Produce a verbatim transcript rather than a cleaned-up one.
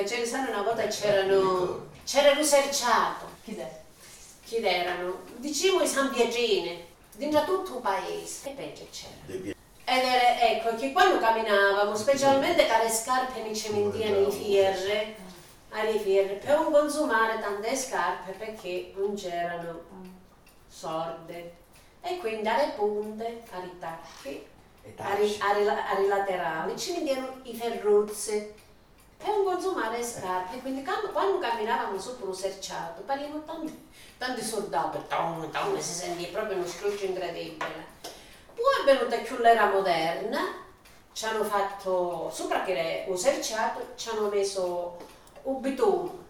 che ce ne sanno una volta c'erano, c'era Ruserciato. Chi è? Chi erano? Diciamo i San Pietrini, dentro tutto il paese. E peggio c'era. Ed era, ecco, che quando camminavamo, specialmente con le scarpe nei cementini, nei fierri, alle fiere, per non consumare tante scarpe perché non c'erano sorde. E quindi alle punte, ai tacchi, ai, ai, ai laterali, ci mettevano i ferruzzi per non consumare le scarpe. Quindi quando, quando camminavamo sopra un serciato, parlavamo tanti, tanti soldati, tom, tom, si sentiva proprio uno scroscio incredibile. Poi è venuta più l'era moderna, ci hanno fatto, sopra che era un serciato, ci hanno messo un bidone